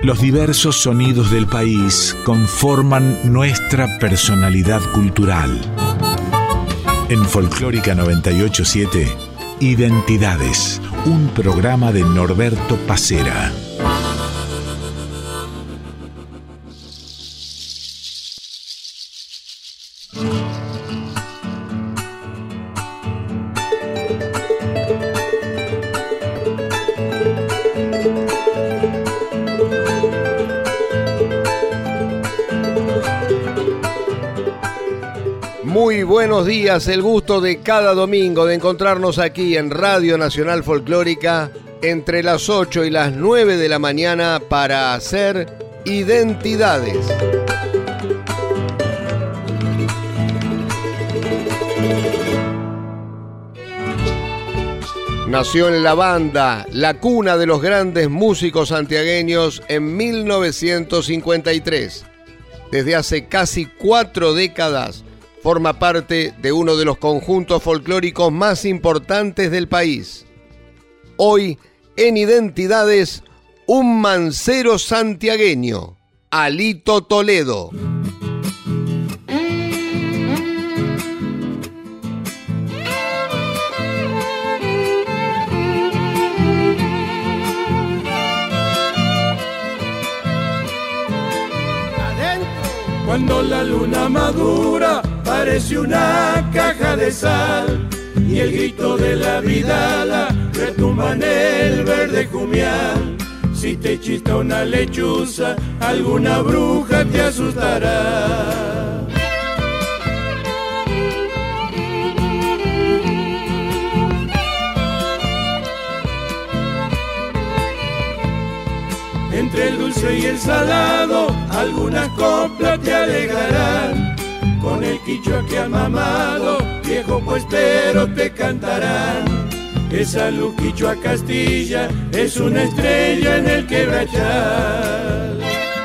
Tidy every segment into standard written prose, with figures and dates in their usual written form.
Los diversos sonidos del país conforman nuestra personalidad cultural. En Folclórica 98.7, Identidades, un programa de Norberto Pacera. Muy buenos días, el gusto de cada domingo de encontrarnos aquí en Radio Nacional Folclórica entre las 8 y las 9 de la mañana para hacer Identidades. Nació en La Banda, la cuna de los grandes músicos santiagueños, en 1953. Desde hace casi 4 décadas forma parte de uno de los conjuntos folclóricos más importantes del país. Hoy, en Identidades, un mancero santiagueño, Alito Toledo. Cuando la luna madura parece una caja de sal y el grito de la vidala retumba en el verde jumial. Si te chista una lechuza, alguna bruja te asustará. Entre el dulce y el salado, algunas coplas te alegrarán. Con el quichua que ha mamado, viejo puestero te cantarán. Esa luz quichua Castilla es una estrella en el quebrachal.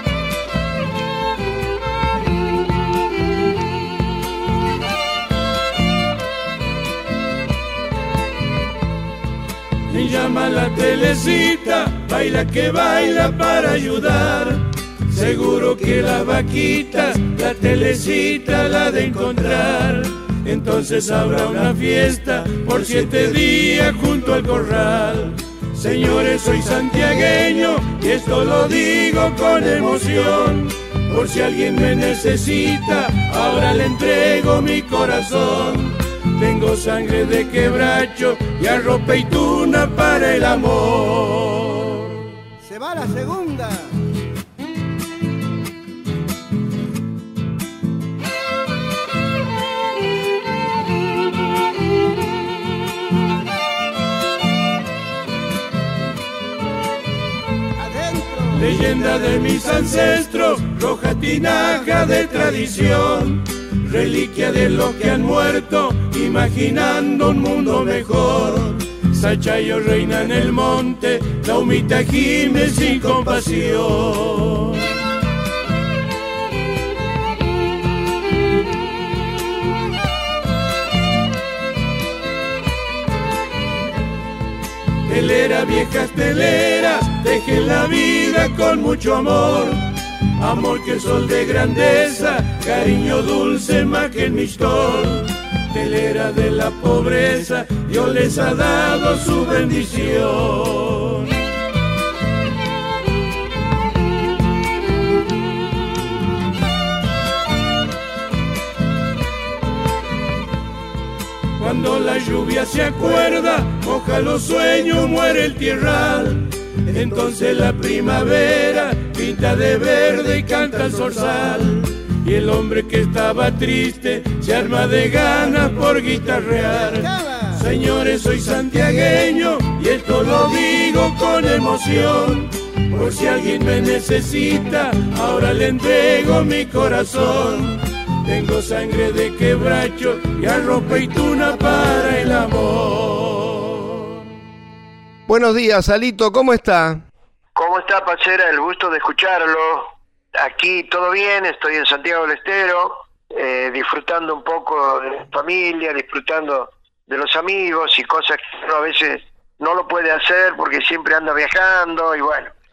Me llama la telecita, baila que baila para ayudar. Seguro que las vaquitas, la telecita la de encontrar. Entonces habrá una fiesta por 7 días junto al corral. Señores, soy santiagueño y esto lo digo con emoción. Por si alguien me necesita, ahora le entrego mi corazón. Tengo sangre de quebracho y arropa y tuna para el amor. Se va la segunda. Leyenda de mis ancestros, roja tinaja de tradición, reliquia de los que han muerto, imaginando un mundo mejor. Sachayo reina en el monte, la humita gime sin compasión. Telera, viejas teleras, dejen la vida con mucho amor. Amor que el sol de grandeza, cariño dulce más que el mistol. Telera de la pobreza, Dios les ha dado su bendición. Cuando la lluvia se acuerda, moja los sueños, muere el tierral. Entonces la primavera pinta de verde y canta el zorzal. Y el hombre que estaba triste se arma de ganas por guitarrear. Señores, soy santiagueño y esto lo digo con emoción. Por si alguien me necesita, ahora le entrego mi corazón. Tengo sangre de quebracho y arropa y tuna para el amor. Buenos días, Alito, ¿cómo está? ¿Cómo está, Pacera? El gusto de escucharlo. Aquí todo bien, estoy en Santiago del Estero, disfrutando un poco de la familia, disfrutando de los amigos y cosas que uno a veces no lo puede hacer porque siempre anda viajando y bueno,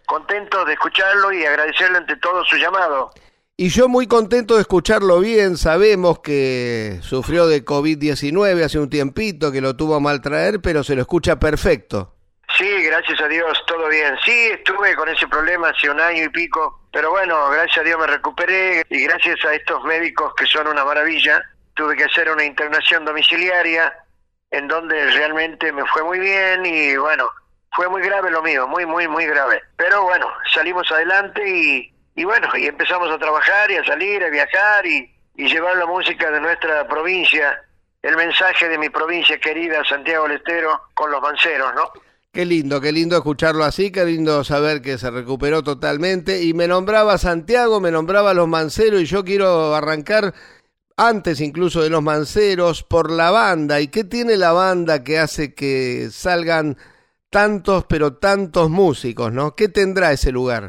contento de escucharlo y agradecerle ante todo su llamado. Y yo muy contento de escucharlo bien. Sabemos que sufrió de COVID-19 hace un tiempito, que lo tuvo a mal traer, pero se lo escucha perfecto. Sí, gracias a Dios, todo bien. Sí, estuve con ese problema hace 1 año y pico, pero bueno, gracias a Dios me recuperé y gracias a estos médicos que son una maravilla, tuve que hacer una internación domiciliaria en donde realmente me fue muy bien y bueno, fue muy grave lo mío, muy grave. Pero bueno, salimos adelante y bueno, y empezamos a trabajar y a salir, a viajar y llevar la música de nuestra provincia, el mensaje de mi provincia querida, Santiago del Estero, con los manceros, ¿no? Qué lindo escucharlo así, qué lindo saber que se recuperó totalmente. Y me nombraba Santiago, me nombraba los manceros, y yo quiero arrancar antes incluso de los manceros por la banda. ¿Y qué tiene la banda que hace que salgan tantos, pero tantos músicos, ¿no? ¿Qué tendrá ese lugar?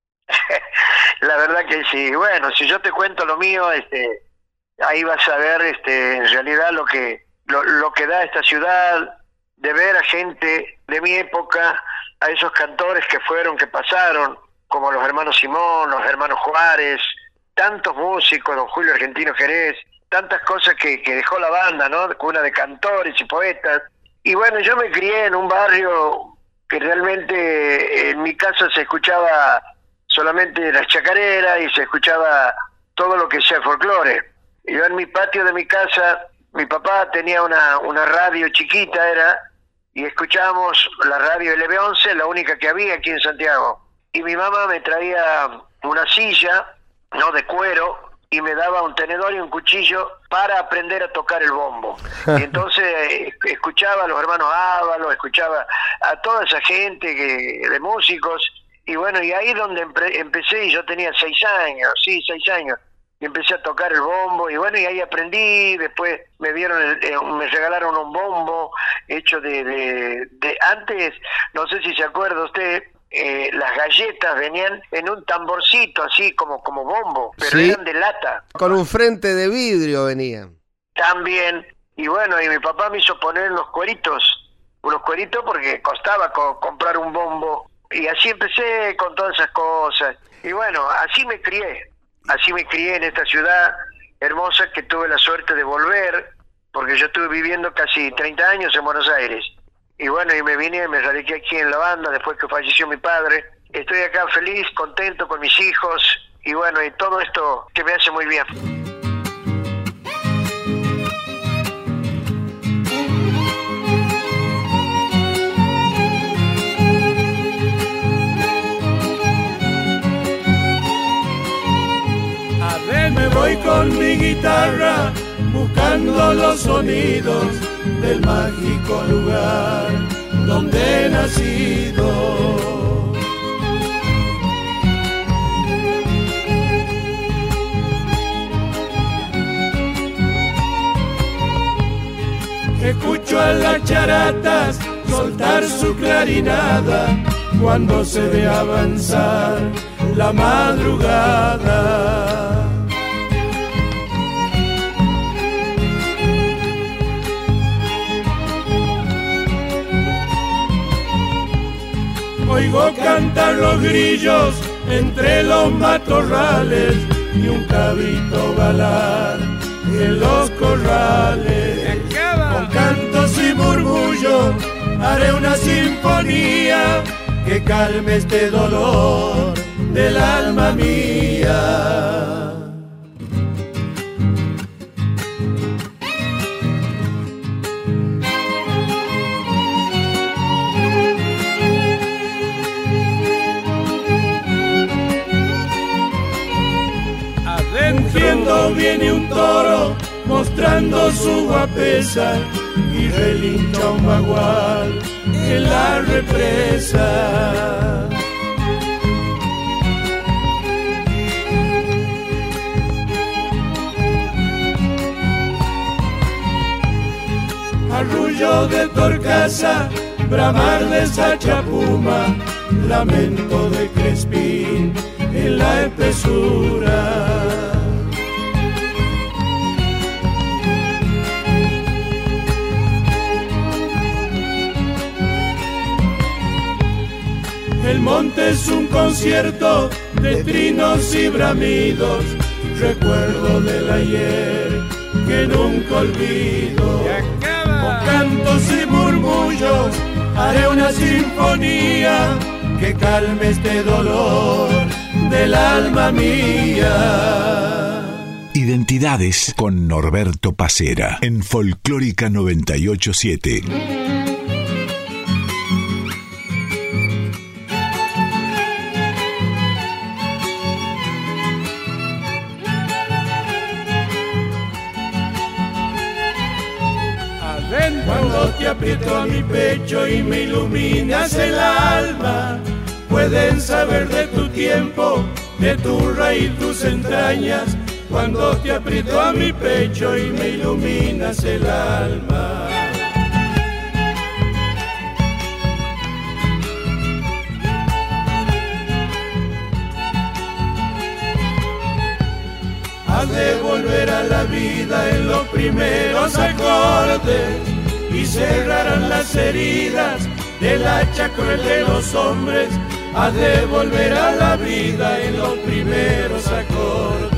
La verdad que sí. Bueno, si yo te cuento lo mío, ahí vas a ver en realidad lo que da esta ciudad, de ver a gente de mi época, a esos cantores que pasaron, como los hermanos Simón, los hermanos Juárez, tantos músicos, don Julio Argentino Jerez, tantas cosas que dejó la banda, ¿no? Cuna de cantores y poetas. Y bueno, yo me crié en un barrio que realmente en mi casa se escuchaba solamente las chacareras y se escuchaba todo lo que sea folclore. Yo en mi patio de mi casa, mi papá tenía una radio chiquita, y escuchábamos la radio LB11, la única que había aquí en Santiago. Y mi mamá me traía una silla, no de cuero, y me daba un tenedor y un cuchillo para aprender a tocar el bombo. Y entonces escuchaba a los hermanos Ábalos, escuchaba a toda esa gente de músicos, y bueno, y ahí donde empecé, y yo tenía 6 años, y empecé a tocar el bombo, y bueno, y ahí aprendí. Después me regalaron un bombo hecho de antes, no sé si se acuerda usted, las galletas venían en un tamborcito así como bombo, pero sí, eran de lata. Con un frente de vidrio venían. También, y bueno, y mi papá me hizo poner unos cueritos porque costaba comprar un bombo, y así empecé con todas esas cosas. Y bueno, así me crié en esta ciudad hermosa que tuve la suerte de volver, porque yo estuve viviendo casi 30 años en Buenos Aires. Y bueno, y me radiqué aquí en la banda después que falleció mi padre. Estoy acá feliz, contento con mis hijos, y bueno, y todo esto que me hace muy bien. Me voy con mi guitarra buscando los sonidos del mágico lugar donde he nacido. Escucho a las charatas soltar su clarinada cuando se ve avanzar la madrugada. Oigo cantar los grillos entre los matorrales y un cabrito balar en los corrales. Con cantos y murmullos haré una sinfonía que calme este dolor del alma mía. Viene un toro mostrando su guapesa y relincha un bagual en la represa. Arrullo de torcaza, bramar de sachapuma, lamento de crespín en la espesura. el monte es un concierto de trinos y bramidos, recuerdo del ayer que nunca olvido. Con cantos y murmullos haré una sinfonía que calme este dolor del alma mía. Identidades con Norberto Pacera en Folclórica 987. Cuando te aprieto a mi pecho y me iluminas el alma, pueden saber de tu tiempo, de tu raíz, tus entrañas. Cuando te aprieto a mi pecho y me iluminas el alma. Has de volver a la vida en los primeros acordes y cerrarán las heridas del hacha cruel de los hombres. Has de volver a la vida en los primeros acordes.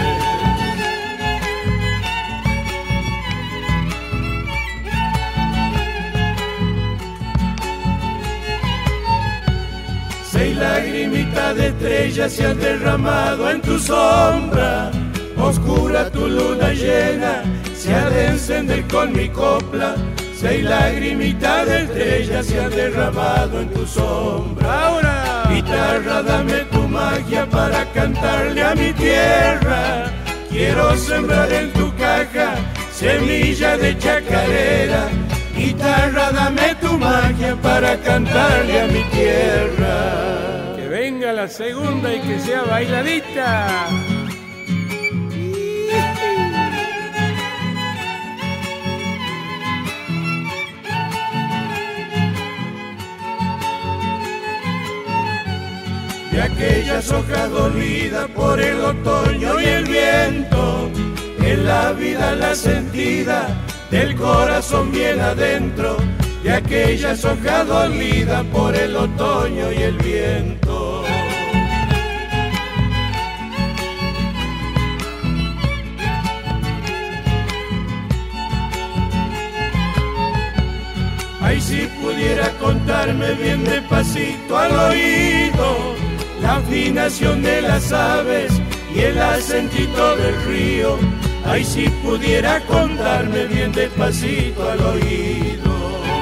Seis lagrimitas de estrellas se han derramado en tu sombra. Oscura tu luna llena se ha de encender con mi copla. Seis lagrimitas de estrellas se han derramado en tu sombra. Ahora, guitarra, dame tu magia para cantarle a mi tierra. Quiero sembrar en tu caja semilla de chacarera. Guitarra, dame tu magia para cantarle a mi tierra. Que venga la segunda y que sea bailadita. De aquellas hojas dolidas por el otoño y el viento, en la vida la sentida del corazón bien adentro. De aquellas hojas dolidas por el otoño y el viento. Ay, si pudiera contarme bien despacito al oído la afinación de las aves y el acentito del río. Ay, si pudiera contarme bien despacito al oído.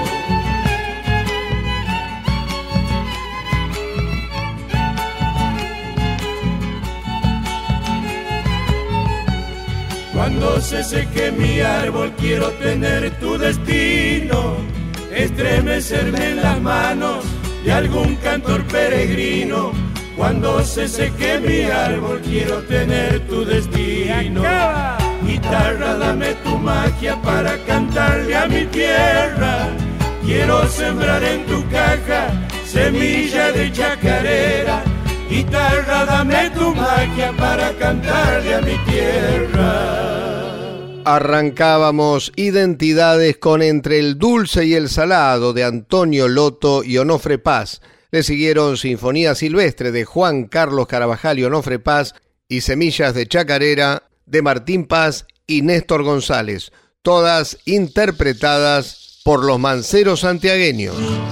Cuando se seque mi árbol quiero tener tu destino, estremecerme en las manos de algún cantor peregrino. Cuando se seque mi árbol quiero tener tu destino. Guitarra, dame tu magia para cantarle a mi tierra. Quiero sembrar en tu caja semilla de chacarera. Guitarra, dame tu magia para cantarle a mi tierra. Arrancábamos Identidades con Entre el dulce y el salado de Antonio Loto y Onofre Paz. Le siguieron Sinfonía Silvestre de Juan Carlos Carabajal y Onofre Paz y Semillas de Chacarera de Martín Paz y Néstor González, todas interpretadas por los manceros santiagueños.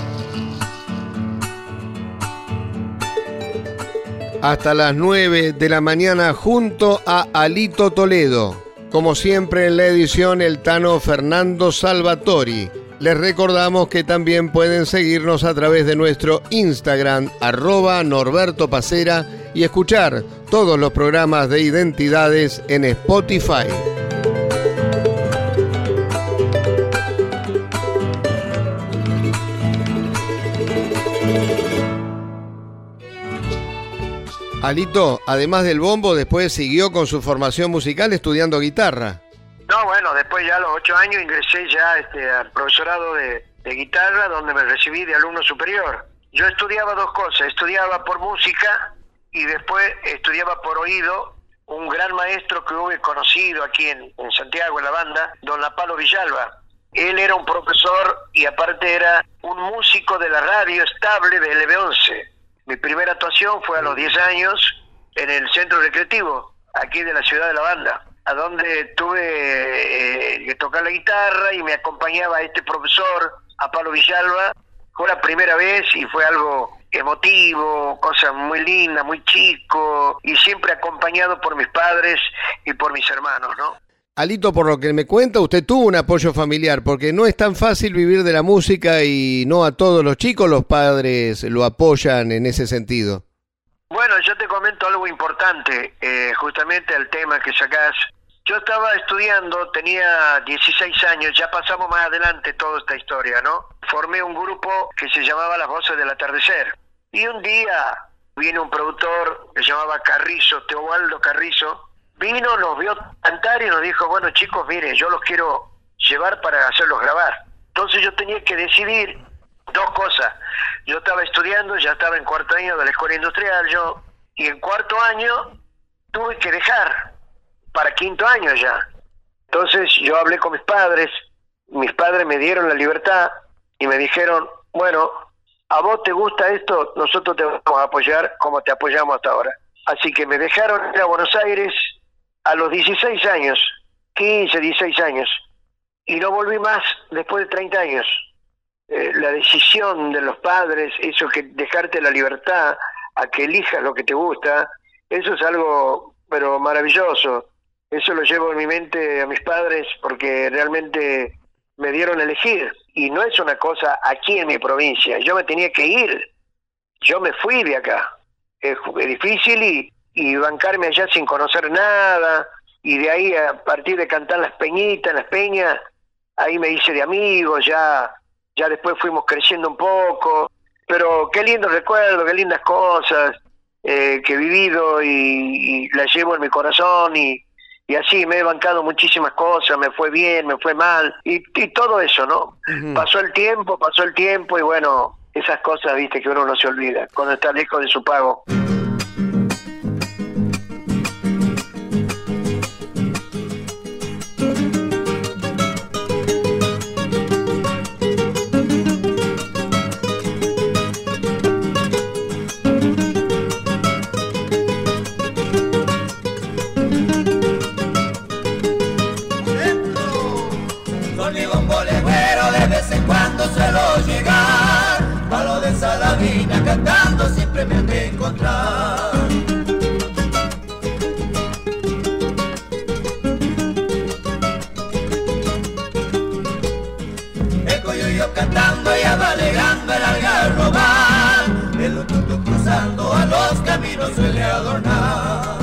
Hasta las 9 de la mañana junto a Alito Toledo. Como siempre en la edición el Tano Fernando Salvatori. Les recordamos que también pueden seguirnos a través de nuestro Instagram, @NorbertoPacera, y escuchar todos los programas de Identidades en Spotify. Alito, además del bombo, después siguió con su formación musical estudiando guitarra. No, bueno, después ya a los 8 años ingresé ya al profesorado de guitarra, donde me recibí de alumno superior. Yo estudiaba dos cosas, estudiaba por música y después estudiaba por oído. Un gran maestro que hubo conocido aquí en Santiago, en la banda, don Lapalo Villalba. Él era un profesor y aparte era un músico de la radio estable de LB11. Mi primera actuación fue a los 10 años en el centro recreativo, aquí de la ciudad de La Banda, a donde tuve que tocar la guitarra y me acompañaba este profesor, a Pablo Villalba. Fue la primera vez y fue algo emotivo, cosa muy linda, muy chico, y siempre acompañado por mis padres y por mis hermanos, ¿no? Alito, por lo que me cuenta, usted tuvo un apoyo familiar, porque no es tan fácil vivir de la música y no a todos los chicos los padres lo apoyan en ese sentido. Bueno, yo te comento algo importante, justamente el tema que sacás. Yo estaba estudiando, tenía 16 años, ya pasamos más adelante toda esta historia, ¿no? Formé un grupo que se llamaba Las Voces del Atardecer. Y un día vino un productor que se llamaba Carrizo, Teobaldo Carrizo, vino, nos vio cantar y nos dijo, bueno chicos, mire, yo los quiero llevar para hacerlos grabar. Entonces yo tenía que decidir dos cosas. Yo estaba estudiando, ya estaba en cuarto año de la escuela industrial yo, y en cuarto año tuve que dejar para quinto año ya. Entonces yo hablé con mis padres me dieron la libertad y me dijeron, bueno, a vos te gusta esto, nosotros te vamos a apoyar como te apoyamos hasta ahora. Así que me dejaron ir a Buenos Aires a los 16 años, 15, 16 años, y no volví más después de 30 años. La decisión de los padres, eso que dejarte la libertad a que elijas lo que te gusta, eso es algo pero maravilloso. Eso lo llevo en mi mente a mis padres porque realmente me dieron a elegir. Y no es una cosa aquí en mi provincia, yo me tenía que ir, yo me fui de acá. Es difícil y bancarme allá sin conocer nada, y de ahí a partir de cantar las peñitas, las peñas, ahí me hice de amigos, ya después fuimos creciendo un poco, pero qué lindo recuerdo, qué lindas cosas que he vivido y las llevo en mi corazón y así me he bancado muchísimas cosas, me fue bien, me fue mal y todo eso, ¿no? Uh-huh. Pasó el tiempo y bueno, esas cosas, viste, que uno no se olvida cuando está lejos de su pago. Cantando siempre me han de encontrar. El coyuyo cantando y va alegando el algarrobal, el otoño cruzando a los caminos suele adornar.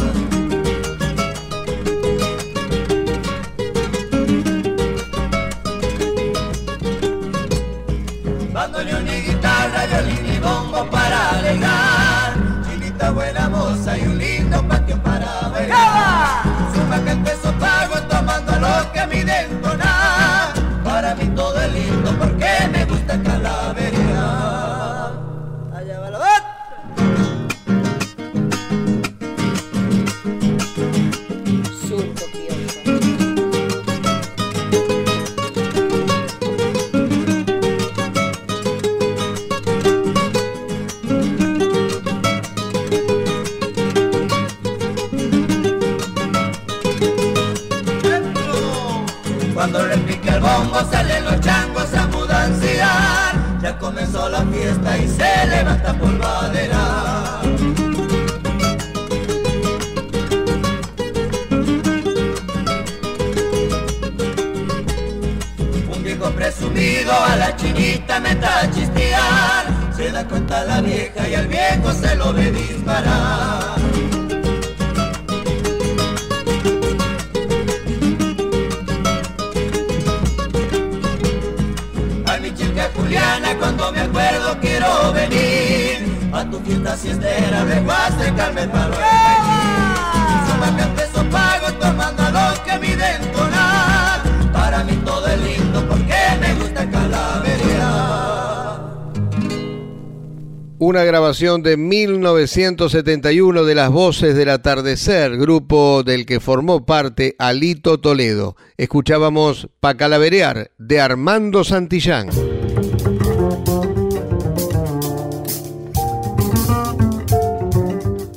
Bandoneón y guitarra, violín y bombo para alegrar, chinita buena moza y un lindo patio para bailar. Suma cante sopago tomando lo que a mí de entonar. Para mí todo es lindo porque me gusta calaverear. Allá va la bata. Surco piojo. Cuando repica el bombo salen los changos a mudanciar. Ya comenzó la fiesta y se levanta polvadera. Un viejo presumido a la chinita me está chistear. Se da cuenta la vieja y al viejo se lo ve disparar. Juliana, cuando me acuerdo quiero venir a tu fiesta siestera de Huastecarme para el Bailín. Suma cante sopago tomando lo que a mí de entonar. Para mí todo es lindo porque me gusta calaverear. Una grabación de 1971 de Las Voces del Atardecer, grupo del que formó parte Alito Toledo. Escuchábamos Pa' Calaverear de Armando Santillán.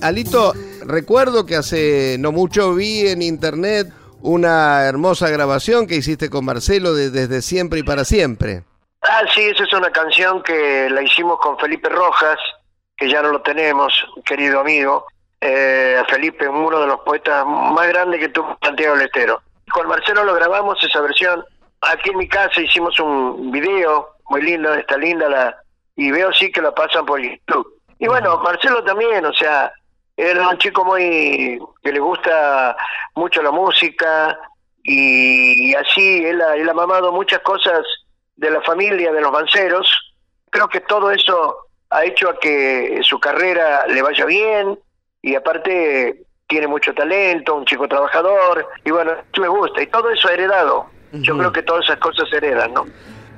Alito, recuerdo que hace no mucho vi en internet una hermosa grabación que hiciste con Marcelo de Desde Siempre y Para Siempre. Ah, sí, esa es una canción que la hicimos con Felipe Rojas, que ya no lo tenemos, querido amigo. Felipe, uno de los poetas más grandes que tuvo Santiago del Estero. Con Marcelo lo grabamos esa versión. Aquí en mi casa hicimos un video muy lindo, está linda y veo sí que la pasan por YouTube. Y bueno, Marcelo también, o sea, era un chico muy que le gusta mucho la música y así él ha mamado muchas cosas de la familia de los Banceros. Creo que todo eso ha hecho a que su carrera le vaya bien y aparte tiene mucho talento, un chico trabajador y bueno, me gusta y todo eso heredado. Yo creo que todas esas cosas se heredan, ¿no?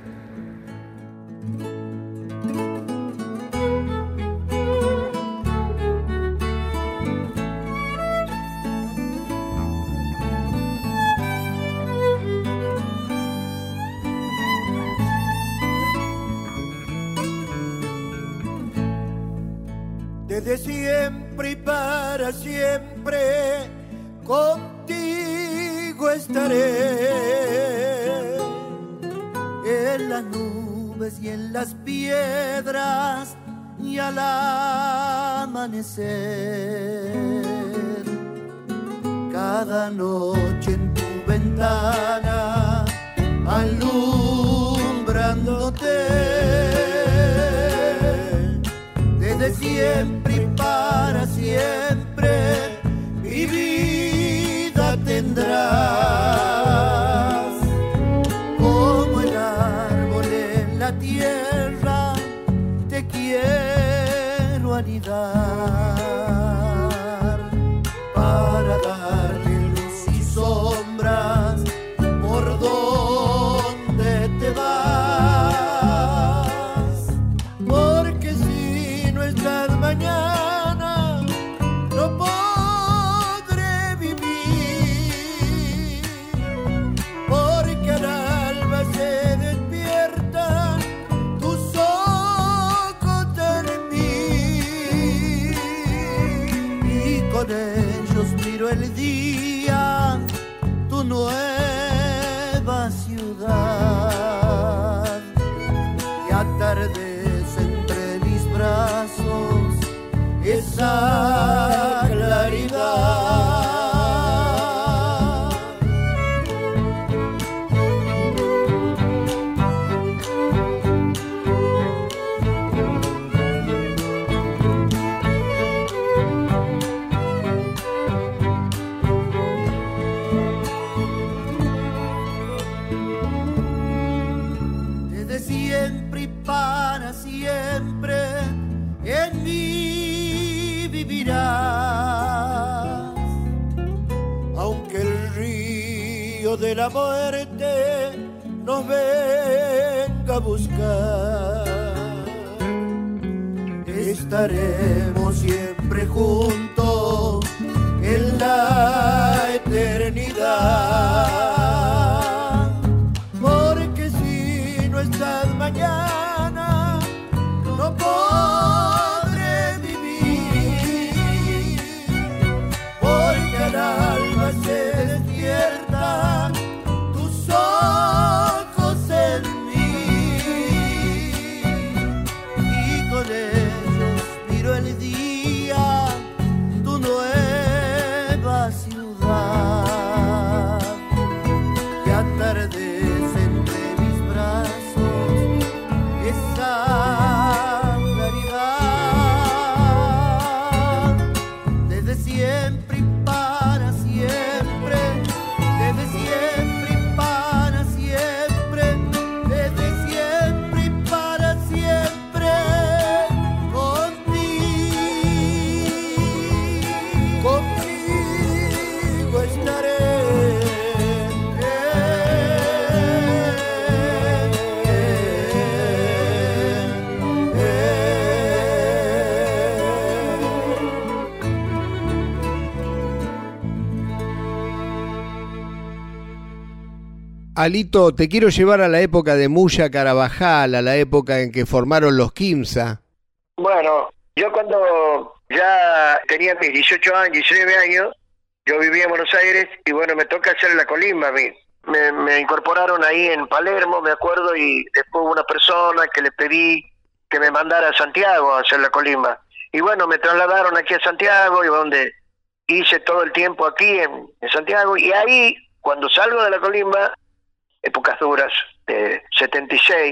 Desde siempre y para siempre contigo estaré, en las nubes y en las piedras y al amanecer. Cada noche en tu ventana alumbrándote. Desde siempre y para siempre mi vida tendrás. Como el árbol en la tierra te quiero anidar, para darle luz y sombras por donde te vas. Porque si no estás mañana no podré vivir, porque al alba se despiertan tus ojos en mí y con ellos miro el día, tu nueva ciudad, y atardece entre mis brazos esa claridad. Desde siempre y para siempre en mí vivirás, aunque el río de la muerte nos venga a buscar. Estaremos siempre juntos en la eternidad, porque si no estás mañana no podré vivir, porque al alba se despierta tus ojos en mí y con ellos miro el día, tu nueva ciudad, que atardece entre mis brazos esa claridad. Desde siempre y para siempre, desde siempre y para siempre, desde siempre y para siempre, contigo estaré. Alito, te quiero llevar a la época de Muya Carabajal, a la época en que formaron los Quimsa. Bueno, Yo cuando ya tenía mis 18 años, 19 años, yo vivía en Buenos Aires y bueno, me toca hacer la colimba a mí. Me incorporaron ahí en Palermo, me acuerdo, y después hubo una persona que le pedí que me mandara a Santiago a hacer la colimba. Y bueno, me trasladaron aquí a Santiago, y donde hice todo el tiempo aquí en Santiago, y ahí, cuando salgo de la colimba, épocas duras, 76,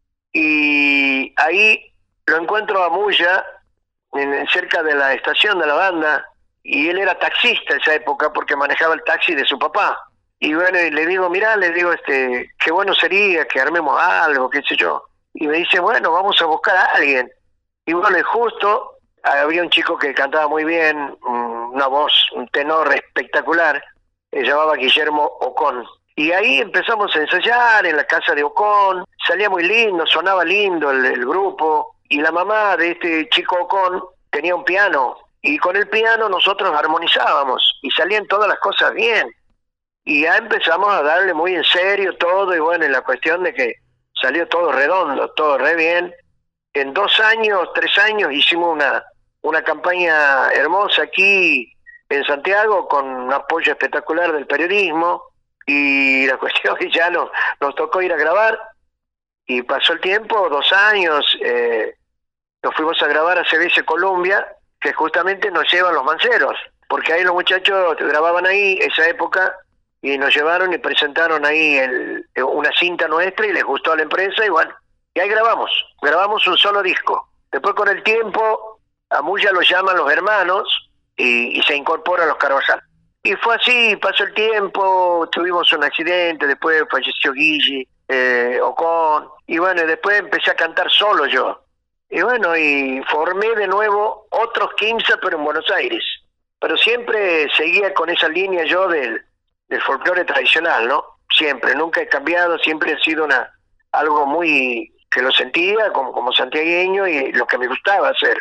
y ahí lo encuentro a Muya, cerca de la estación de la banda, y él era taxista en esa época porque manejaba el taxi de su papá. Y bueno, y le digo, mirá, qué bueno sería que armemos algo, qué sé yo. Y me dice, bueno, vamos a buscar a alguien. Y bueno, y justo había un chico que cantaba muy bien, una voz, un tenor espectacular, se llamaba Guillermo Ocón. Y ahí empezamos a ensayar en la casa de Ocón, salía muy lindo, sonaba lindo el grupo, y la mamá de este chico Ocón tenía un piano, y con el piano nosotros armonizábamos, y salían todas las cosas bien. Y ya empezamos a darle muy en serio todo, y bueno, en la cuestión de que salió todo redondo, todo re bien. En 2 años, 3 años hicimos una campaña hermosa aquí en Santiago con un apoyo espectacular del periodismo, y la cuestión es que ya nos tocó ir a grabar, y pasó el tiempo, 2 años, nos fuimos a grabar a CBS Colombia, que justamente nos llevan los manceros, porque ahí los muchachos grababan ahí esa época, y nos llevaron y presentaron ahí una cinta nuestra, y les gustó a la empresa, y bueno, y ahí grabamos un solo disco. Después con el tiempo, a Muya lo llaman los hermanos, y se incorporan los Carvajal. Y fue así, pasó el tiempo, tuvimos un accidente, después falleció Guille, Ocón, y bueno, después empecé a cantar solo yo. Y bueno, y formé de nuevo otros 15, pero en Buenos Aires. Pero siempre seguía con esa línea yo del folclore tradicional, ¿no? Siempre, nunca he cambiado, siempre ha sido algo muy que lo sentía como santiagueño, y lo que me gustaba hacer.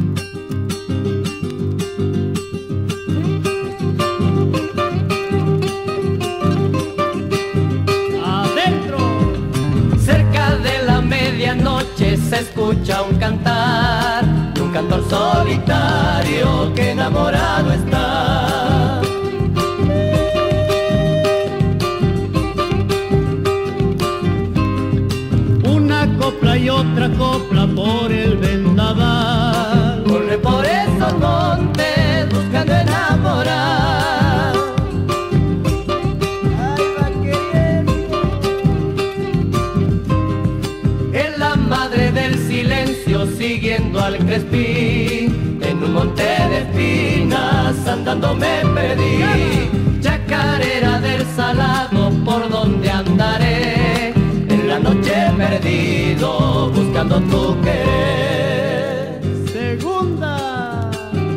Medianoche se escucha un cantar de un cantor solitario que enamorado está. Una copla y otra copla por el vendaval, corre por esos montes buscando enamorar. Siguiendo al crespín, en un monte de espinas andando me perdí. Chacarera del Salado, por donde andaré, en la noche perdido, buscando tu querer. Segunda.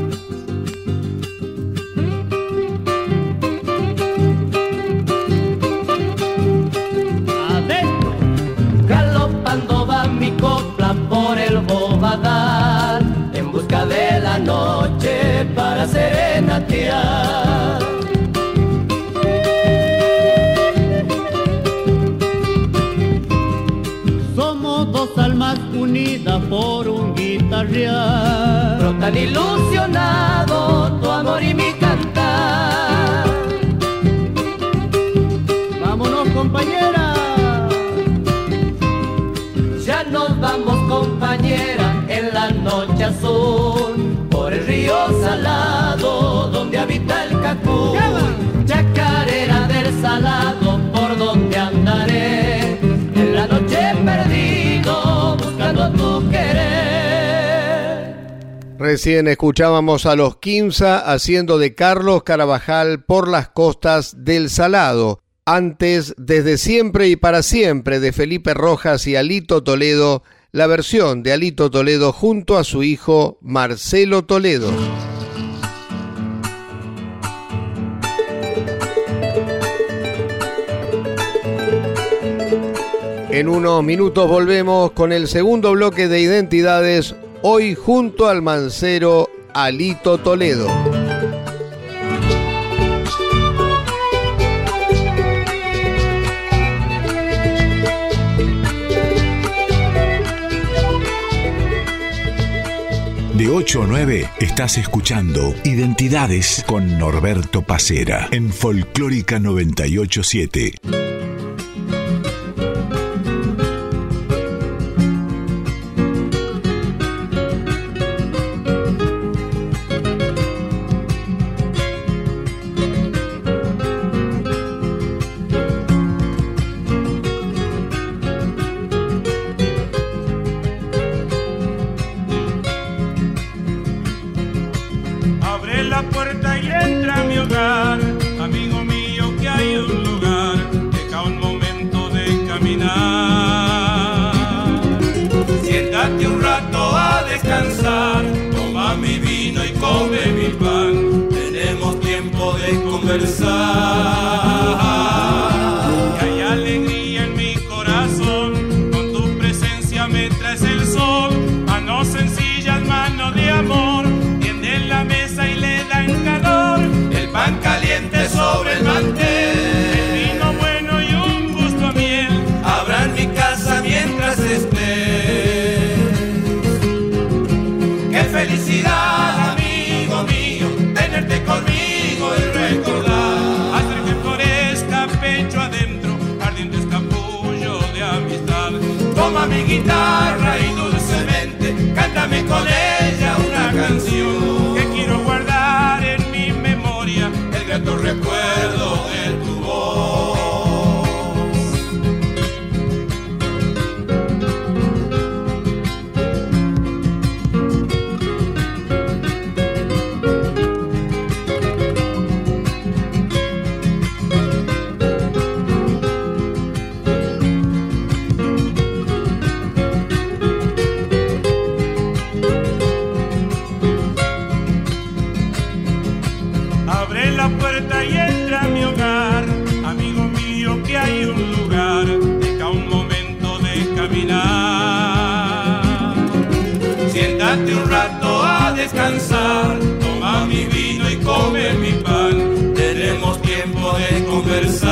Adentro, galopando va mi copla por el bobadal, en busca de la noche para serenatear. Somos 2 almas unidas por un guitarrear, pero tan ilusionado tu amor y mi cantar. Vámonos, compañera. Ya nos vamos, compañera, en la noche azul, por el río Salado, donde habita el Cacuy. Chacarera del Salado, por donde andaré, en la noche perdido, buscando tu querer. Recién escuchábamos a los Quimsa haciendo de Carlos Carvajal por las costas del Salado. Antes, Desde siempre y para siempre, de Felipe Rojas y Alito Toledo, la versión de Alito Toledo junto a su hijo Marcelo Toledo. En unos minutos volvemos con el segundo bloque de Identidades, hoy junto al mancero Alito Toledo. De 8 a 9 estás escuchando Identidades con Norberto Pacera en Folclórica 987. Mi guitarra y dulcemente cántame con ella una canción que quiero guardar en mi memoria el grato recuerdo de tu voz. Descansar, toma mi vino y come mi pan, tenemos tiempo de conversar.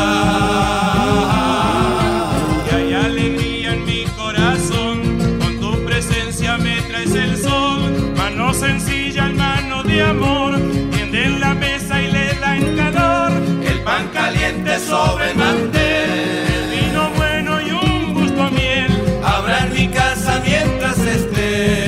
Que hay alegría en mi corazón, con tu presencia me traes el sol, mano sencilla en mano de amor, tiende en la mesa y le da en calor, el pan caliente sobre el mantel, el vino bueno y un gusto a miel, habrá en mi casa mientras esté.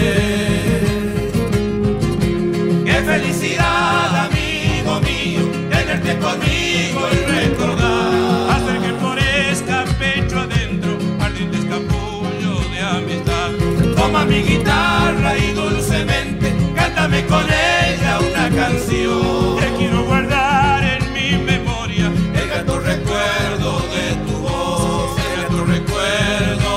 Felicidad, amigo mío, tenerte conmigo y recordar. Hacer que florezca pecho adentro, ardientes capullos de amistad. Toma mi guitarra y dulcemente cántame con ella una canción. Te quiero guardar en mi memoria el grato recuerdo de tu voz, el grato recuerdo.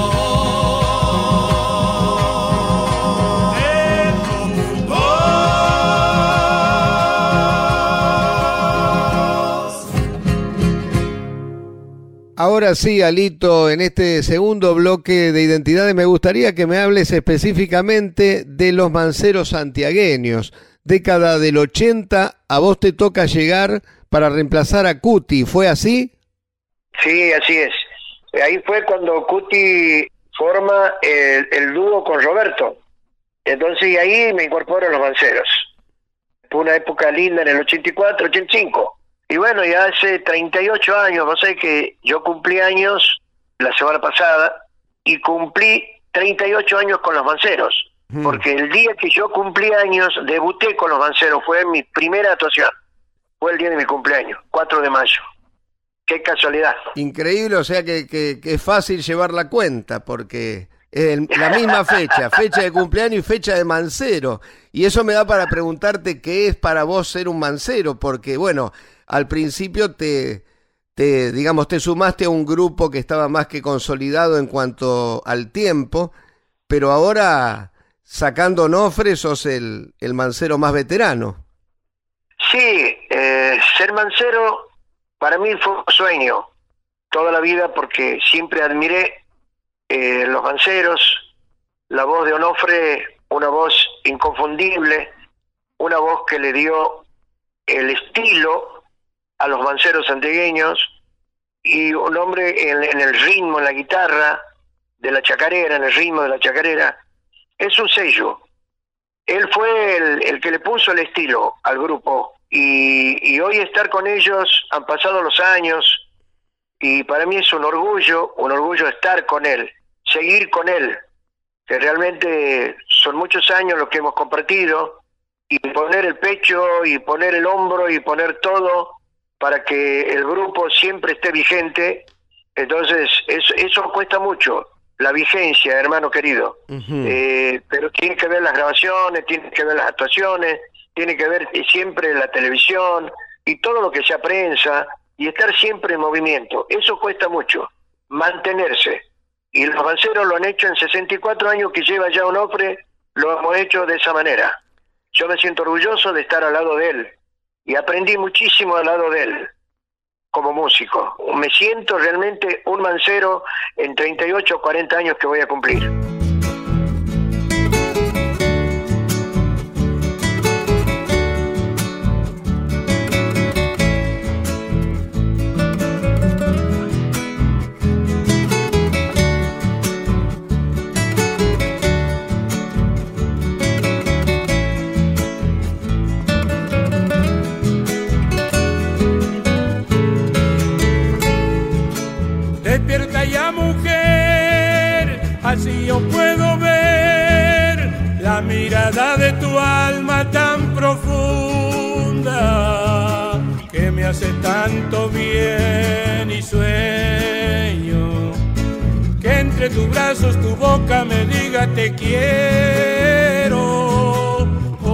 Ahora sí, Alito, en este segundo bloque de Identidades me gustaría que me hables específicamente de los manceros santiagueños. Década del 80, a vos te toca llegar para reemplazar a Cuti, ¿fue así? Sí, así es. Ahí fue cuando Cuti forma el dúo con Roberto. Entonces ahí me incorporo a los manceros. Fue una época linda en el 84, 85. Y bueno, ya hace 38 años, vos sabés que yo cumplí años la semana pasada y cumplí 38 años con los manceros, porque el día que yo cumplí años debuté con los manceros, fue mi primera actuación, fue el día de mi cumpleaños, 4 de mayo. Qué casualidad. Increíble, o sea que es fácil llevar la cuenta, porque es la misma fecha de cumpleaños y fecha de mancero, y eso me da para preguntarte qué es para vos ser un mancero, porque bueno, al principio te sumaste a un grupo que estaba más que consolidado en cuanto al tiempo, pero ahora, sacando Onofre, sos el mancero más veterano. Sí, ser mancero para mí fue un sueño toda la vida, porque siempre admiré los manceros, la voz de Onofre, una voz inconfundible, una voz que le dio el estilo a los manceros santiagueños, y un hombre en el ritmo, en la guitarra de la chacarera, en el ritmo de la chacarera. Es un sello el que le puso el estilo al grupo. Y hoy estar con ellos, han pasado los años, y para mí es un orgullo estar con él, seguir con él, que realmente son muchos años los que hemos compartido, y poner el pecho, y poner el hombro, y poner todo, para que el grupo siempre esté vigente. Entonces, eso cuesta mucho, la vigencia, hermano querido. Pero tiene que ver las grabaciones, tiene que ver las actuaciones, tiene que ver siempre la televisión y todo lo que sea prensa, y estar siempre en movimiento. Eso cuesta mucho, mantenerse. Y los Banceros lo han hecho en 64 años que lleva ya Onofre, lo hemos hecho de esa manera. Yo me siento orgulloso de estar al lado de él, y aprendí muchísimo al lado de él, como músico. Me siento realmente un Mancero en 38 o 40 años que voy a cumplir. Despierta ya, mujer, así yo puedo ver la mirada de tu alma tan profunda que me hace tanto bien, y sueño que entre tus brazos tu boca me diga te quiero.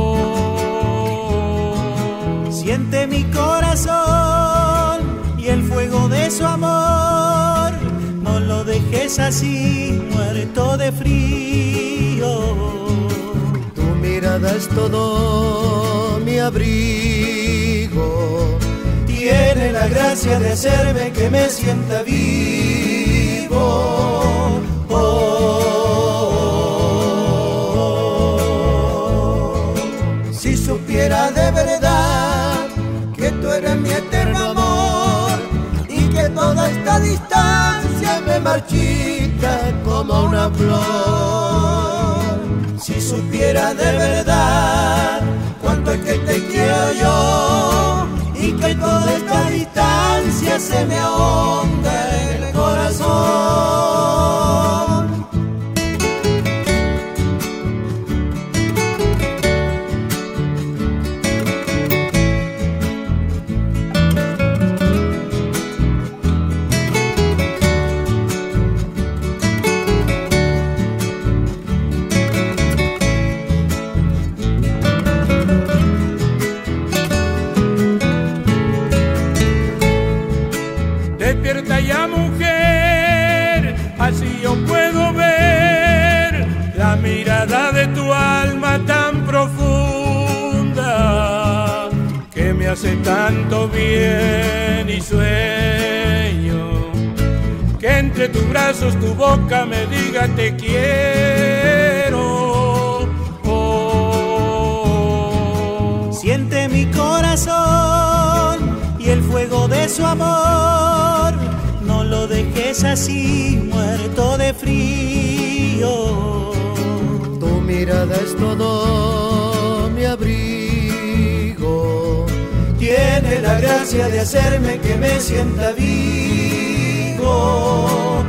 Oh. Siente mi corazón y el fuego de su amor, no lo dejes así, muerto de frío. Tu mirada es todo mi abrigo, tiene la gracia de hacerme que me sienta vivo. Oh. Si supiera de verdad que tú eres mi eterno amor, y que toda esta distancia me marchita como una flor. Si supiera de verdad cuánto es que te quiero yo, y que toda esta distancia se me ahonda en el corazón. Despierta ya, mujer, así yo puedo ver la mirada de tu alma tan profunda que me hace tanto bien, y sueño que entre tus brazos tu boca me diga te quiero. Oh. Siente mi corazón y el fuego de su amor, no lo dejes así, muerto de frío. Tu mirada es todo mi abrigo, tiene la gracia de hacerme que me sienta vivo.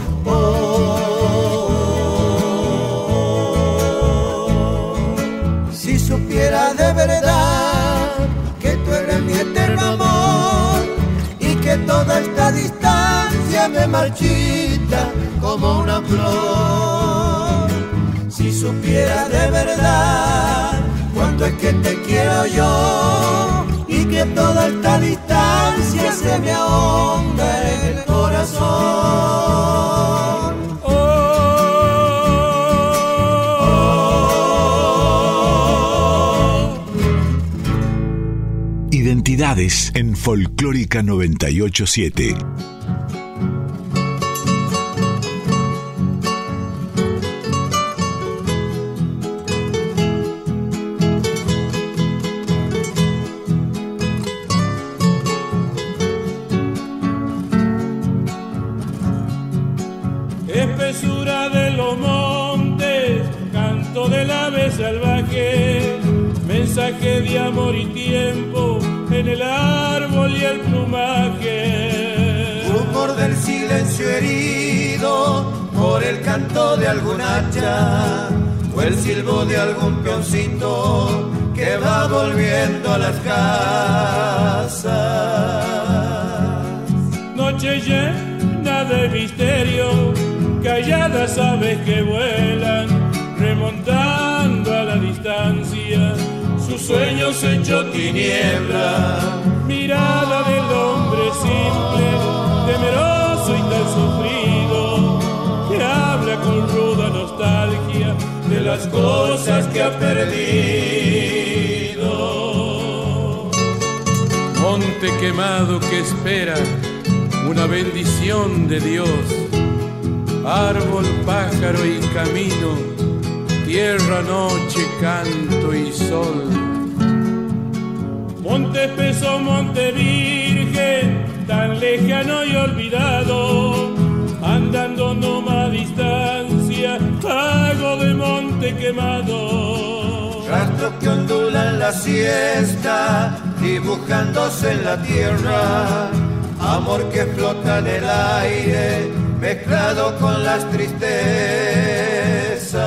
Oh. Si supiera de verdad que tú eres mi eterno amor, y que toda esta distancia me marchita como una flor. Si supiera de verdad cuánto es que te quiero yo, y que toda esta distancia se me ahonda en el corazón. Identidades en Folclórica 987. Espesura de los montes, canto del ave salvaje, me mensaje de amor y tiempo en el árbol y el plumaje. Rumor del silencio herido por el canto de algún hacha o el silbo de algún peoncito que va volviendo a las casas. Noche llena de misterio, calladas aves que vuelan, remontando a la distancia, sus sueños hechos tiniebla. Mirada del hombre simple, temeroso y tan sufrido, que habla con ruda nostalgia de las cosas que ha perdido. Monte quemado que espera una bendición de Dios, árbol, pájaro y camino, tierra, noche, canto y sol. Monte espeso, monte virgen, tan lejano y olvidado, andando no más distancia, hago de monte quemado. Rastros que ondulan la siesta, dibujándose en la tierra, amor que flota en el aire, mezclado con las tristezas.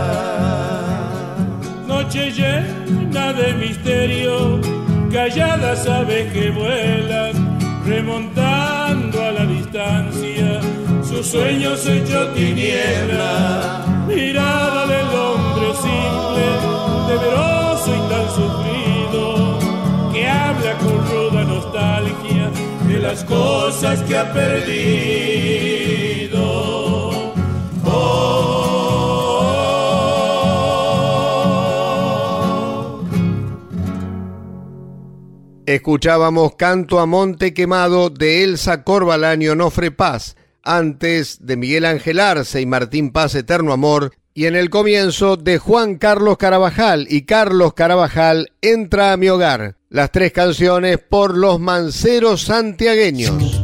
Noche llena de misterio, calladas aves que vuelan, remontando a la distancia, sus sueños hechos tiniebla. Mirada del hombre simple, temeroso y tan sufrido, que habla con ruda nostalgia de las cosas que ha perdido. Escuchábamos Canto a Monte Quemado de Elsa Corbalán y Onofre Paz, antes de Miguel Ángel Arce y Martín Paz, Eterno Amor, y en el comienzo de Juan Carlos Carabajal y Carlos Carabajal, Entra a mi hogar. Las tres canciones por los manceros santiagueños.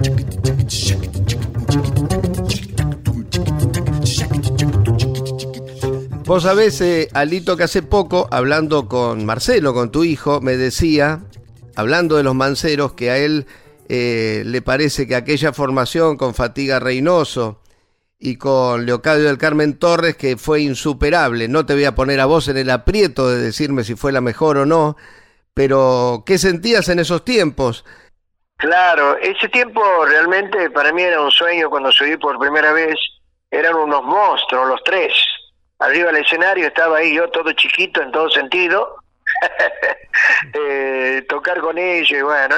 Vos sabés, Alito, que hace poco, hablando con Marcelo, con tu hijo, me decía, hablando de los manceros, que a él le parece que aquella formación con Fatiga Reynoso y con Leocadio del Carmen Torres, que fue insuperable. No te voy a poner a vos en el aprieto de decirme si fue la mejor o no, pero ¿qué sentías en esos tiempos? Claro, ese tiempo realmente para mí era un sueño. Cuando subí por primera vez, eran unos monstruos los tres. Arriba del escenario estaba ahí yo todo chiquito en todo sentido, tocar con ellos y bueno,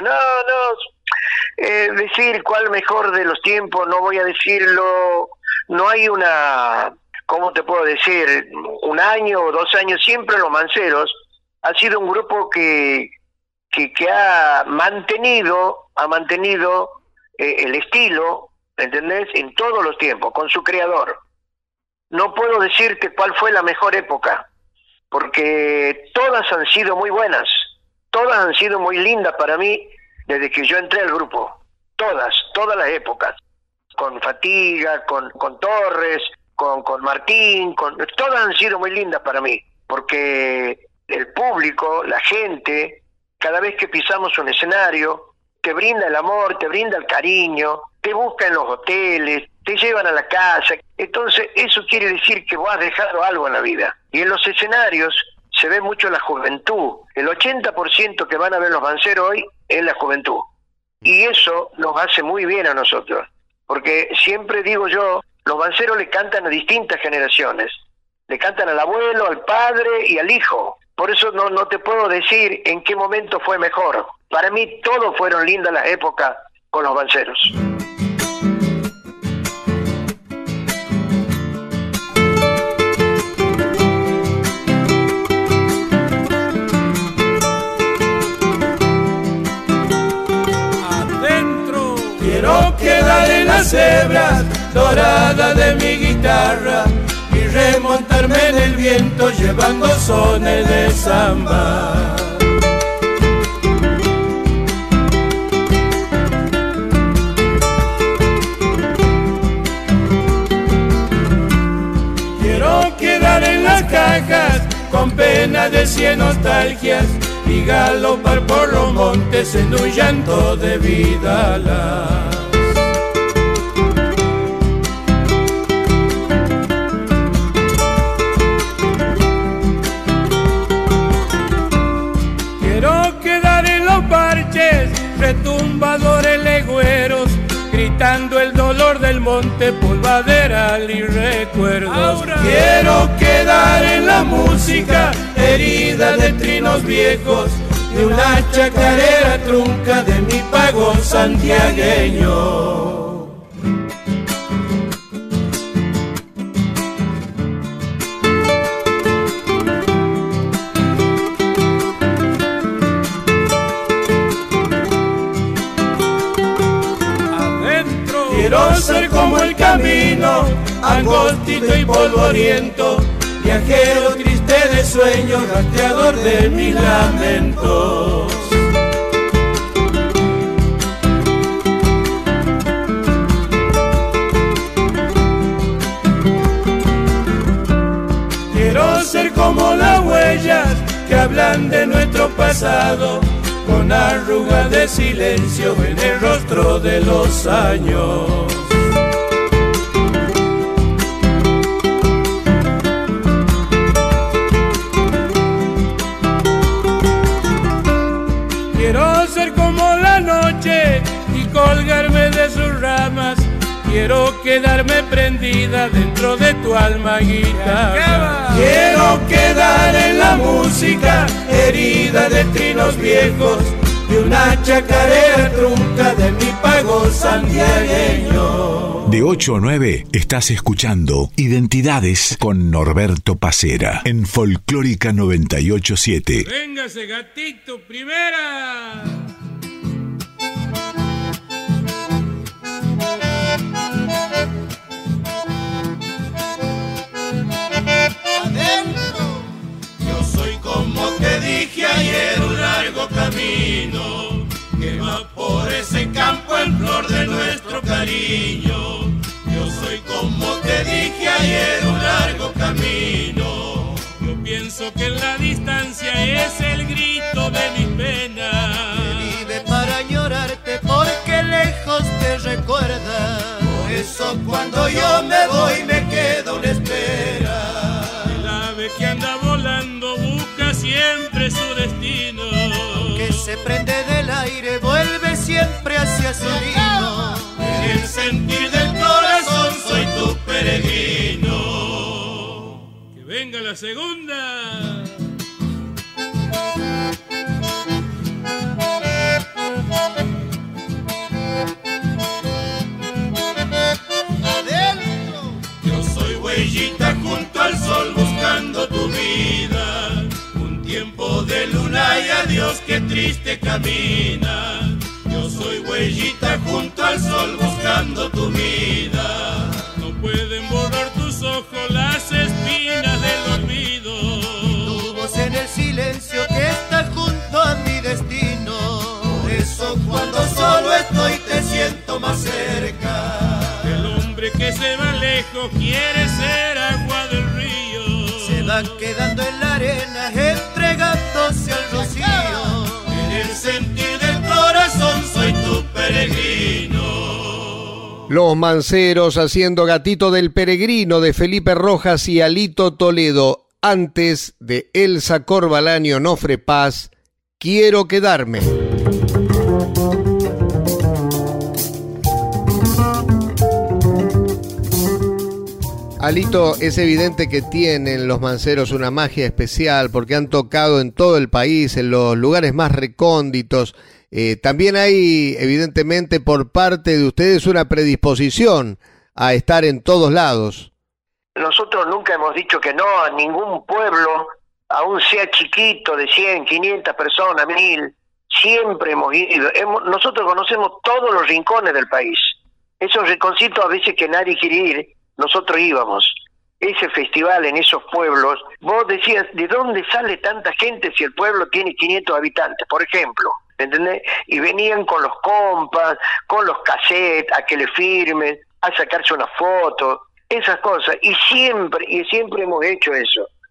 decir cuál mejor de los tiempos, no voy a decirlo, no hay una, ¿cómo te puedo decir? Un año o 2 años, siempre los manceros ha sido un grupo que ha mantenido el estilo, ¿entendés? En todos los tiempos, con su creador. No puedo decirte cuál fue la mejor época, porque todas han sido muy buenas, todas han sido muy lindas para mí desde que yo entré al grupo, todas las épocas, con Fatiga, con Torres, con Martín, todas han sido muy lindas para mí, porque el público, la gente, cada vez que pisamos un escenario, te brinda el amor, te brinda el cariño, te busca en los hoteles, te llevan a la casa. Entonces eso quiere decir que vos has dejado algo en la vida. Y en los escenarios se ve mucho la juventud. El 80% que van a ver los manceros hoy es la juventud. Y eso nos hace muy bien a nosotros. Porque siempre digo yo, los manceros le cantan a distintas generaciones. Le cantan al abuelo, al padre y al hijo. Por eso no te puedo decir en qué momento fue mejor. Para mí todos fueron lindas las épocas con los manceros. Adentro quiero quedar en las hebras doradas de mi guitarra y remontarme en el viento llevando sones de samba. Quiero quedar en las cajas con pena de 100 nostalgias y galopar por los montes en un llanto de vidalas. Quiero quedar en los parches, retumbadores legüeros, gritando el dolor del monte, polvaderal y recuerdos. Ahora. Quiero quedar en la música, herida de trinos viejos, de una chacarera trunca de mi pago santiagueño. Quiero ser como el camino, angostito y polvoriento, viajero triste de sueños, rastreador de mis lamentos. Quiero ser como las huellas que hablan de nuestro pasado, con arrugas de silencio en el rostro de los años. Quiero ser como la noche y colgarme de sus ramas. Quiero quedarme prendida dentro de tu alma, guitarra. Quiero quedar en la música, herida de trinos viejos, de una chacarera trunca de mi pago santiagueño. De 8 a 9 estás escuchando Identidades con Norberto Pacera en Folclórica 98.7. Véngase, gatito, primera. Como te dije ayer, un largo camino que va por ese campo en flor de nuestro cariño. Yo soy como te dije ayer, un largo camino. Yo pienso que en la distancia es el grito de mis penas. Que vive para llorarte porque lejos te recuerda. Por eso cuando yo me voy me quedo una espera. El ave que anda volando busca siempre su destino. Que se prende del aire, vuelve siempre hacia su nido. En el sentir del corazón soy tu peregrino. Que venga la segunda. Yo soy huellita junto al sol buscando tu vida. Un tiempo de luna y adiós que triste camina. Yo soy huellita junto al sol buscando tu vida. No pueden borrar tus ojos las espinas del olvido. Tu voz en el silencio que está junto a mi destino. Por eso cuando solo estoy te siento más cerca. El hombre que se va lejos quiere ser agua del río. Se va quedando en la arena entregándose al rocío. En el sentir del corazón soy tu peregrino. Los Manceros haciendo Gatito del Peregrino de Felipe Rojas y Alito Toledo. Antes de Elsa Corbalán y Onofre Paz, Quiero quedarme. Alito, es evidente que tienen los Manceros una magia especial porque han tocado en todo el país, en los lugares más recónditos. También hay, evidentemente, por parte de ustedes una predisposición a estar en todos lados. Nosotros nunca hemos dicho que no a ningún pueblo, aún sea chiquito, de 100, 500 personas, 1000. Siempre hemos ido. Nosotros conocemos todos los rincones del país. Esos rinconcitos a veces que nadie quiere ir, nosotros íbamos. Ese festival en esos pueblos, vos decías, ¿de dónde sale tanta gente si el pueblo tiene 500 habitantes, por ejemplo? ¿Entendés? Y venían con los compas, con los cassettes, a que le firmen, a sacarse una foto, esas cosas. Y siempre hemos hecho eso.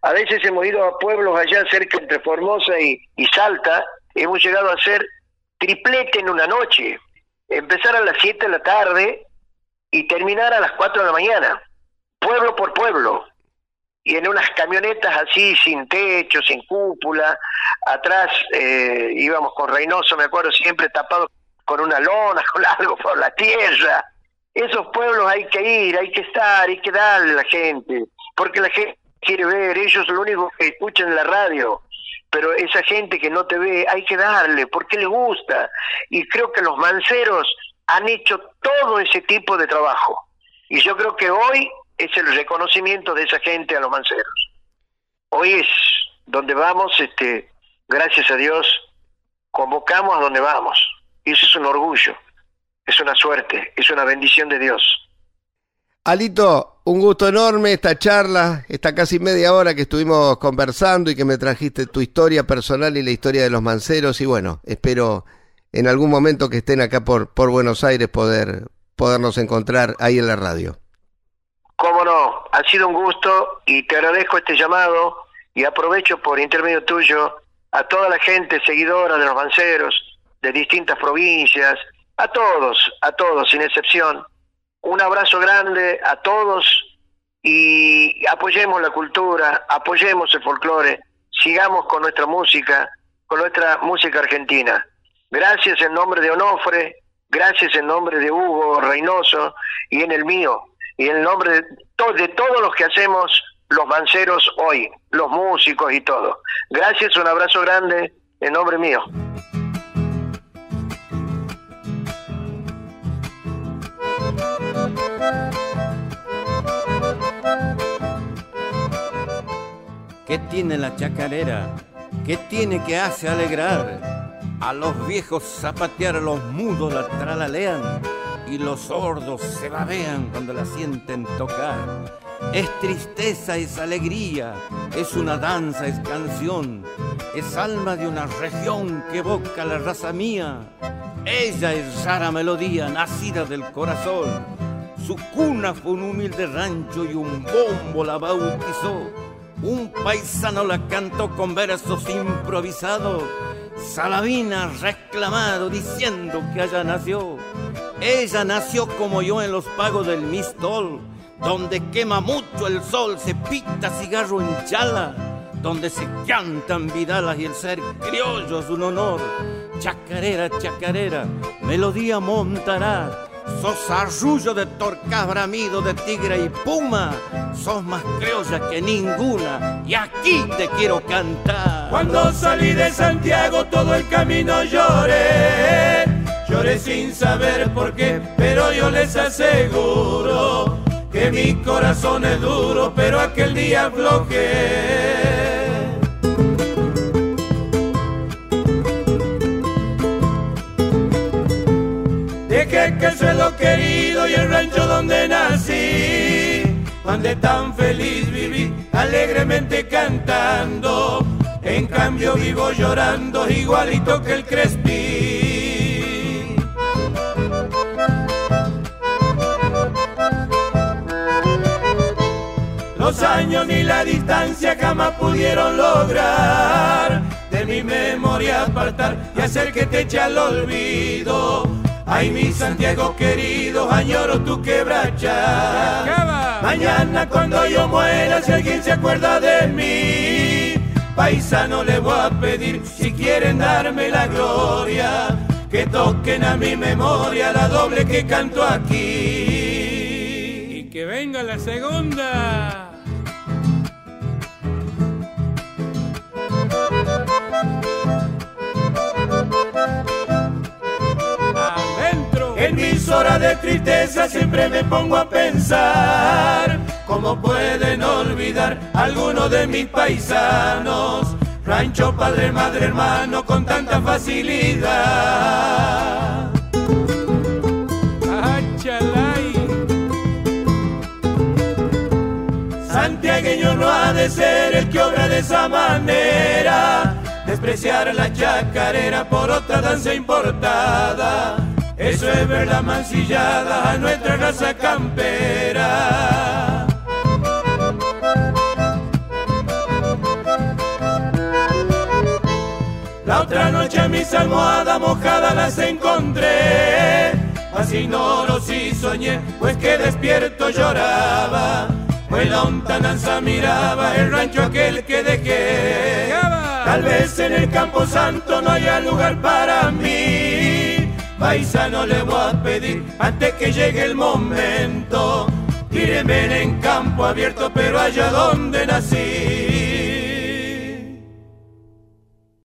A veces hemos ido a pueblos allá cerca entre Formosa y Salta, hemos llegado a hacer triplete en una noche, empezar a las 7 de la tarde y terminar a las 4 de la mañana, pueblo por pueblo, y en unas camionetas así, sin techo, sin cúpula, atrás íbamos con Reynoso, me acuerdo, siempre tapado con una lona, con algo por la tierra. Esos pueblos hay que ir, hay que estar, hay que darle a la gente, porque la gente quiere ver, ellos lo único que escuchan en la radio, pero esa gente que no te ve, hay que darle, porque les gusta, y creo que los manceros han hecho todo ese tipo de trabajo, y yo creo que hoy es el reconocimiento de esa gente a los manceros. Hoy es donde vamos, gracias a Dios, convocamos a donde vamos, y eso es un orgullo, es una suerte, es una bendición de Dios. Alito, un gusto enorme esta charla, esta casi media hora que estuvimos conversando y que me trajiste tu historia personal y la historia de los manceros, y bueno, espero en algún momento que estén acá por Buenos Aires podernos encontrar ahí en la radio. Cómo no, ha sido un gusto y te agradezco este llamado y aprovecho por intermedio tuyo a toda la gente seguidora de los manceros de distintas provincias, a todos, sin excepción. Un abrazo grande a todos y apoyemos la cultura, apoyemos el folclore, sigamos con nuestra música argentina. Gracias en nombre de Onofre, gracias en nombre de Hugo Reynoso y en el mío, y en el nombre de todos los que hacemos los manceros hoy, los músicos y todo. Gracias, un abrazo grande en nombre mío. ¿Qué tiene la chacarera? ¿Qué tiene que hace alegrar? A los viejos zapatear, a los mudos la tralalean y los sordos se babean cuando la sienten tocar. Es tristeza, es alegría, es una danza, es canción, es alma de una región que evoca la raza mía. Ella es rara melodía nacida del corazón. Su cuna fue un humilde rancho y un bombo la bautizó. Un paisano la cantó con versos improvisados. Salavina reclamado diciendo que allá nació. Ella nació como yo en los pagos del Mistol, donde quema mucho el sol, se pita cigarro en chala, donde se cantan vidalas y el ser criollo es un honor. Chacarera, chacarera, melodía montará. Sos arrullo de torcaz, bramido de tigre y puma. Sos más criolla que ninguna y aquí te quiero cantar. Cuando salí de Santiago todo el camino lloré. Lloré sin saber por qué, pero yo les aseguro que mi corazón es duro, pero aquel día aflojé. Dejé que el suelo querido y el rancho donde nací, donde tan feliz viví, alegremente cantando. En cambio vivo llorando igualito que el Crespi. Los años ni la distancia jamás pudieron lograr de mi memoria apartar y hacer que te eche al olvido. Ay, mi Santiago querido, añoro tu quebracha. Mañana cuando yo muera, si alguien se acuerda de mí, paisano le voy a pedir, si quieren darme la gloria, que toquen a mi memoria la doble que canto aquí. Y que venga la segunda. En mis horas de tristeza siempre me pongo a pensar cómo pueden olvidar algunos de mis paisanos, rancho, padre, madre, hermano, con tanta facilidad. ¡Achalay! Santiagueño no ha de ser el que obra de esa manera, despreciar la chacarera por otra danza importada. Eso es ver la mancillada a nuestra raza campera. La otra noche mis almohadas mojadas las encontré, mas ignoro si soñé, pues que despierto lloraba, pues la lontananza miraba el rancho aquel que dejé. Tal vez en el Campo Santo no haya lugar para mí, paisano le voy a pedir antes que llegue el momento, tírenme en campo abierto pero allá donde nací.